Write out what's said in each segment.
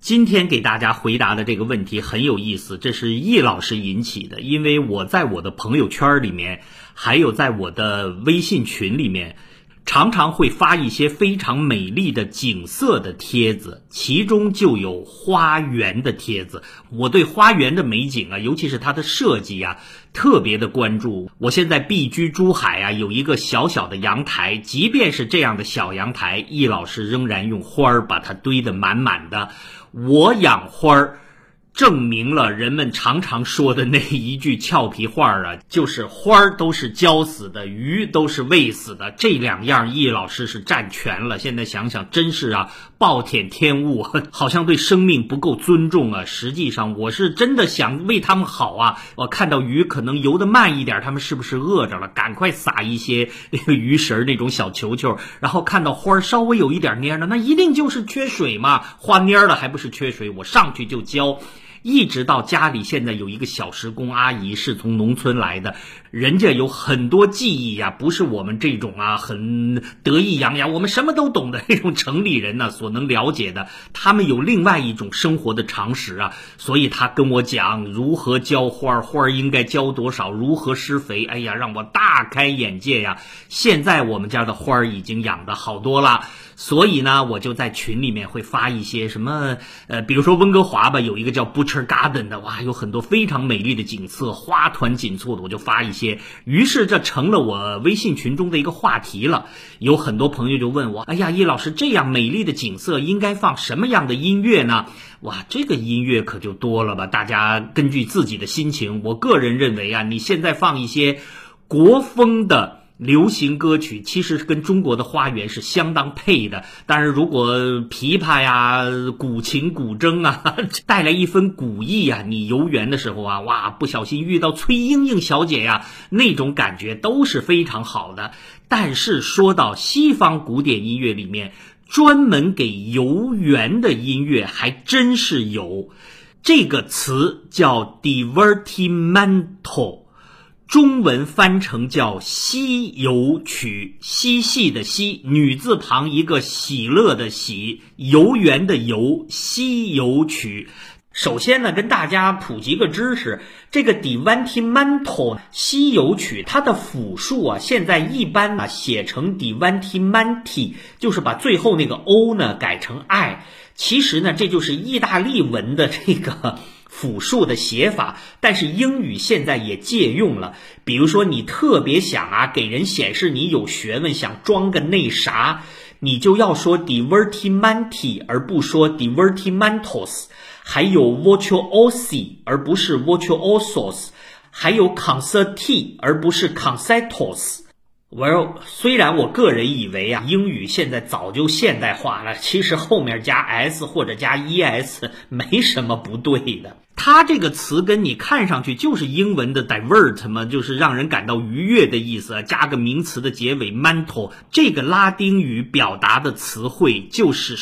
今天给大家回答的这个问题很有意思，这是易老师引起的，因为我在我的朋友圈里面，还有在我的微信群里面，常常会发一些非常美丽的景色的帖子，其中就有花园的帖子。我对花园的美景啊，尤其是它的设计啊，特别的关注。我现在避居珠海啊，有一个小小的阳台，即便是这样的小阳台，易老师仍然用花儿把它堆得满满的。我养花儿，证明了人们常常说的那一句俏皮话啊，就是花儿都是浇死的，鱼都是喂死的。这两样易老师是占全了。现在想想真是啊，暴殄天物，好像对生命不够尊重啊。实际上我是真的想为他们好啊。我看到鱼可能游得慢一点，他们是不是饿着了，赶快撒一些那个鱼食那种小球球。然后看到花稍微有一点蔫了，那一定就是缺水嘛，花蔫了还不是缺水，我上去就浇。一直到家里现在有一个小时工阿姨是从农村来的，人家有很多技艺呀，不是我们这种啊很得意洋洋我们什么都懂的这种城里人呢所能了解的，他们有另外一种生活的常识啊，所以他跟我讲如何浇花，花应该浇多少，如何施肥，哎呀让我大开眼界呀。现在我们家的花已经养得好多了，所以呢我就在群里面会发一些什么比如说温哥华吧，有一个叫 Butcher Garden 的，哇，有很多非常美丽的景色，花团锦簇的，我就发一些。于是这成了我微信群中的一个话题了。有很多朋友就问我，哎呀易老师，这样美丽的景色应该放什么样的音乐呢？哇，这个音乐可就多了吧，大家根据自己的心情。我个人认为啊，你现在放一些国风的流行歌曲，其实跟中国的花园是相当配的。当然如果琵琶呀、古琴古筝啊带来一分古意啊，你游园的时候啊，哇，不小心遇到崔莺莺小姐呀，那种感觉都是非常好的。但是说到西方古典音乐里面，专门给游园的音乐还真是有。这个词叫 divertimento，中文翻成叫西游曲，嬉戏的嬉，女字旁一个喜乐的喜，游园的游，西游曲。首先呢，跟大家普及个知识，这个 divertimento 西游曲，它的复数啊，现在一般呢写成 divertimenti， 就是把最后那个 o 呢改成 i。其实呢，这就是意大利文的这个复数的写法，但是英语现在也借用了。比如说你特别想啊给人显示你有学问，想装个那啥，你就要说 divertimenti 而不说 divertimentos， 还有 virtuosi 而不是 virtuosos， 还有 concerti 而不是 concertos。虽然我个人以为啊，英语现在早就现代化了，其实后面加 s 或者加 es 没什么不对的。它这个词跟你看上去就是英文的 divert 嘛，就是让人感到愉悦的意思，加个名词的结尾 mantle， 这个拉丁语表达的词汇就是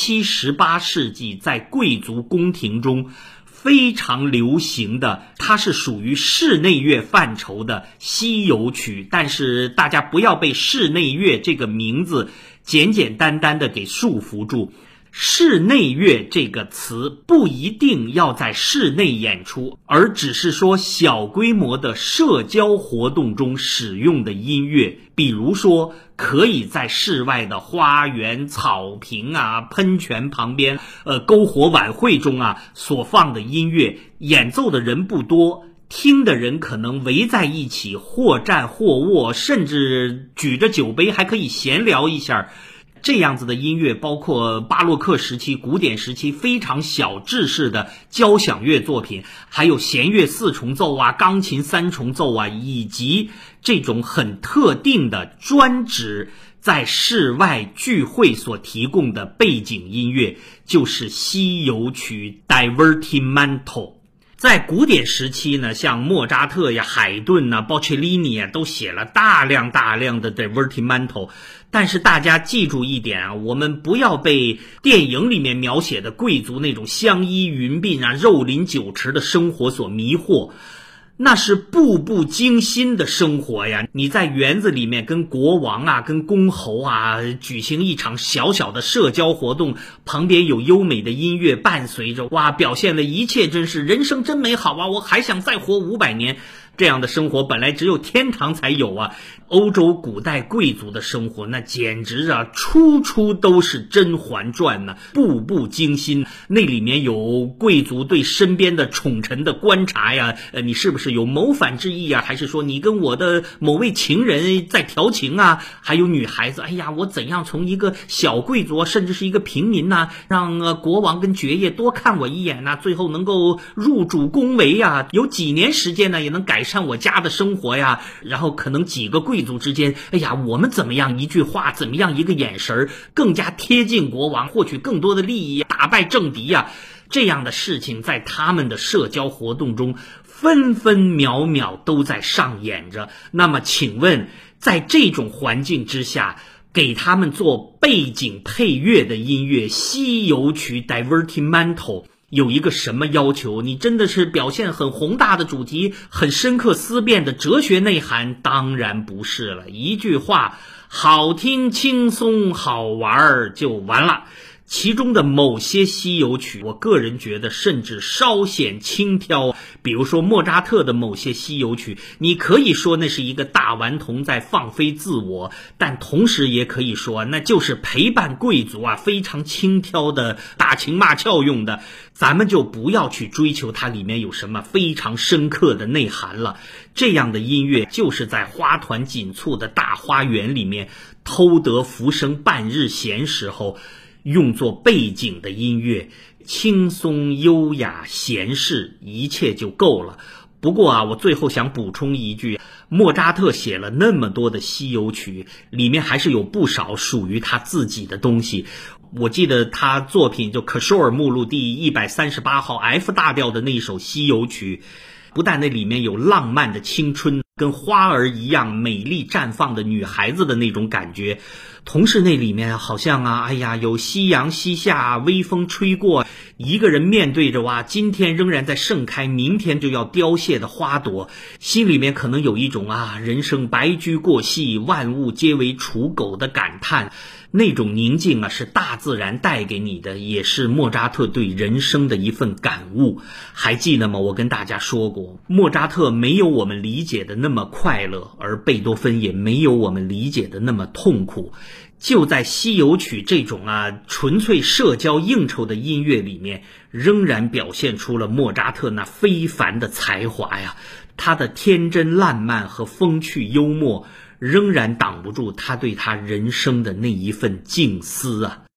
17、18世纪在贵族宫廷中非常流行的，它是属于室内乐范畴的西游曲。但是大家不要被室内乐这个名字简简单单的给束缚住，室内乐这个词不一定要在室内演出，而只是说小规模的社交活动中使用的音乐，比如说可以在室外的花园、草坪啊、喷泉旁边、篝火晚会中啊所放的音乐，演奏的人不多，听的人可能围在一起，或站或卧，甚至举着酒杯还可以闲聊一下。这样子的音乐包括巴洛克时期、古典时期非常小制式的交响乐作品，还有弦乐4重奏啊、钢琴3重奏啊，以及这种很特定的专指在室外聚会所提供的背景音乐，就是西游曲 divertimento。在古典时期呢，像莫扎特呀、海顿呐、鲍切利尼呀，都写了大量的 divertimento。但是大家记住一点啊，我们不要被电影里面描写的贵族那种香衣云鬓啊、肉林酒池的生活所迷惑。 那是步步惊心的生活呀！你在园子里面跟国王啊、跟公侯啊举行一场小小的社交活动，旁边有优美的音乐伴随着，哇，表现了一切，真是人生真美好啊！我还想再活500年。这样的生活本来只有天堂才有啊！欧洲古代贵族的生活那简直啊，处处都是《甄嬛传》呢，步步惊心。那里面有贵族对身边的宠臣的观察呀，你是不是有谋反之意啊？还是说你跟我的某位情人在调情啊？还有女孩子，哎呀，我怎样从一个小贵族甚至是一个平民呢，让国王跟爵爷多看我一眼呢，最后能够入主宫闱呀，有几年时间呢，也能改善我家的生活呀。然后可能几个贵族之间，哎呀，我们怎么样一句话，怎么样一个眼神，更加贴近国王，获取更多的利益，打败政敌呀。这样的事情在他们的社交活动中分分秒秒都在上演着。那么请问，在这种环境之下，给他们做背景配乐的音乐《西游曲》 Divertimento有一个什么要求？你真的是表现很宏大的主题，很深刻思辨的哲学内涵？当然不是了，一句话，好听轻松好玩就完了。其中的某些西游曲，我个人觉得甚至稍显轻佻。比如说莫扎特的某些西游曲，你可以说那是一个大顽童在放飞自我，但同时也可以说那就是陪伴贵族啊，非常轻佻的打情骂俏用的。咱们就不要去追求它里面有什么非常深刻的内涵了。这样的音乐就是在花团锦簇的大花园里面偷得浮生半日闲时候用作背景的音乐，轻松优雅闲适，一切就够了。不过啊，我最后想补充一句，莫扎特写了那么多的西游曲，里面还是有不少属于他自己的东西。我记得他作品就可舒尔目录第138号 F 大调的那一首西游曲，不但那里面有浪漫的青春，跟花儿一样美丽绽放的女孩子的那种感觉，同时那里面好像啊，哎呀，有夕阳西下，微风吹过，一个人面对着哇，今天仍然在盛开，明天就要凋谢的花朵，心里面可能有一种啊，人生白驹过隙，万物皆为刍狗的感叹。那种宁静啊，是大自然带给你的，也是莫扎特对人生的一份感悟。还记得吗？我跟大家说过，莫扎特没有我们理解的那么快乐，而贝多芬也没有我们理解的那么痛苦。就在西游曲这种啊纯粹社交应酬的音乐里面，仍然表现出了莫扎特那非凡的才华呀。他的天真烂漫和风趣幽默仍然挡不住他对他人生的那一份静思啊。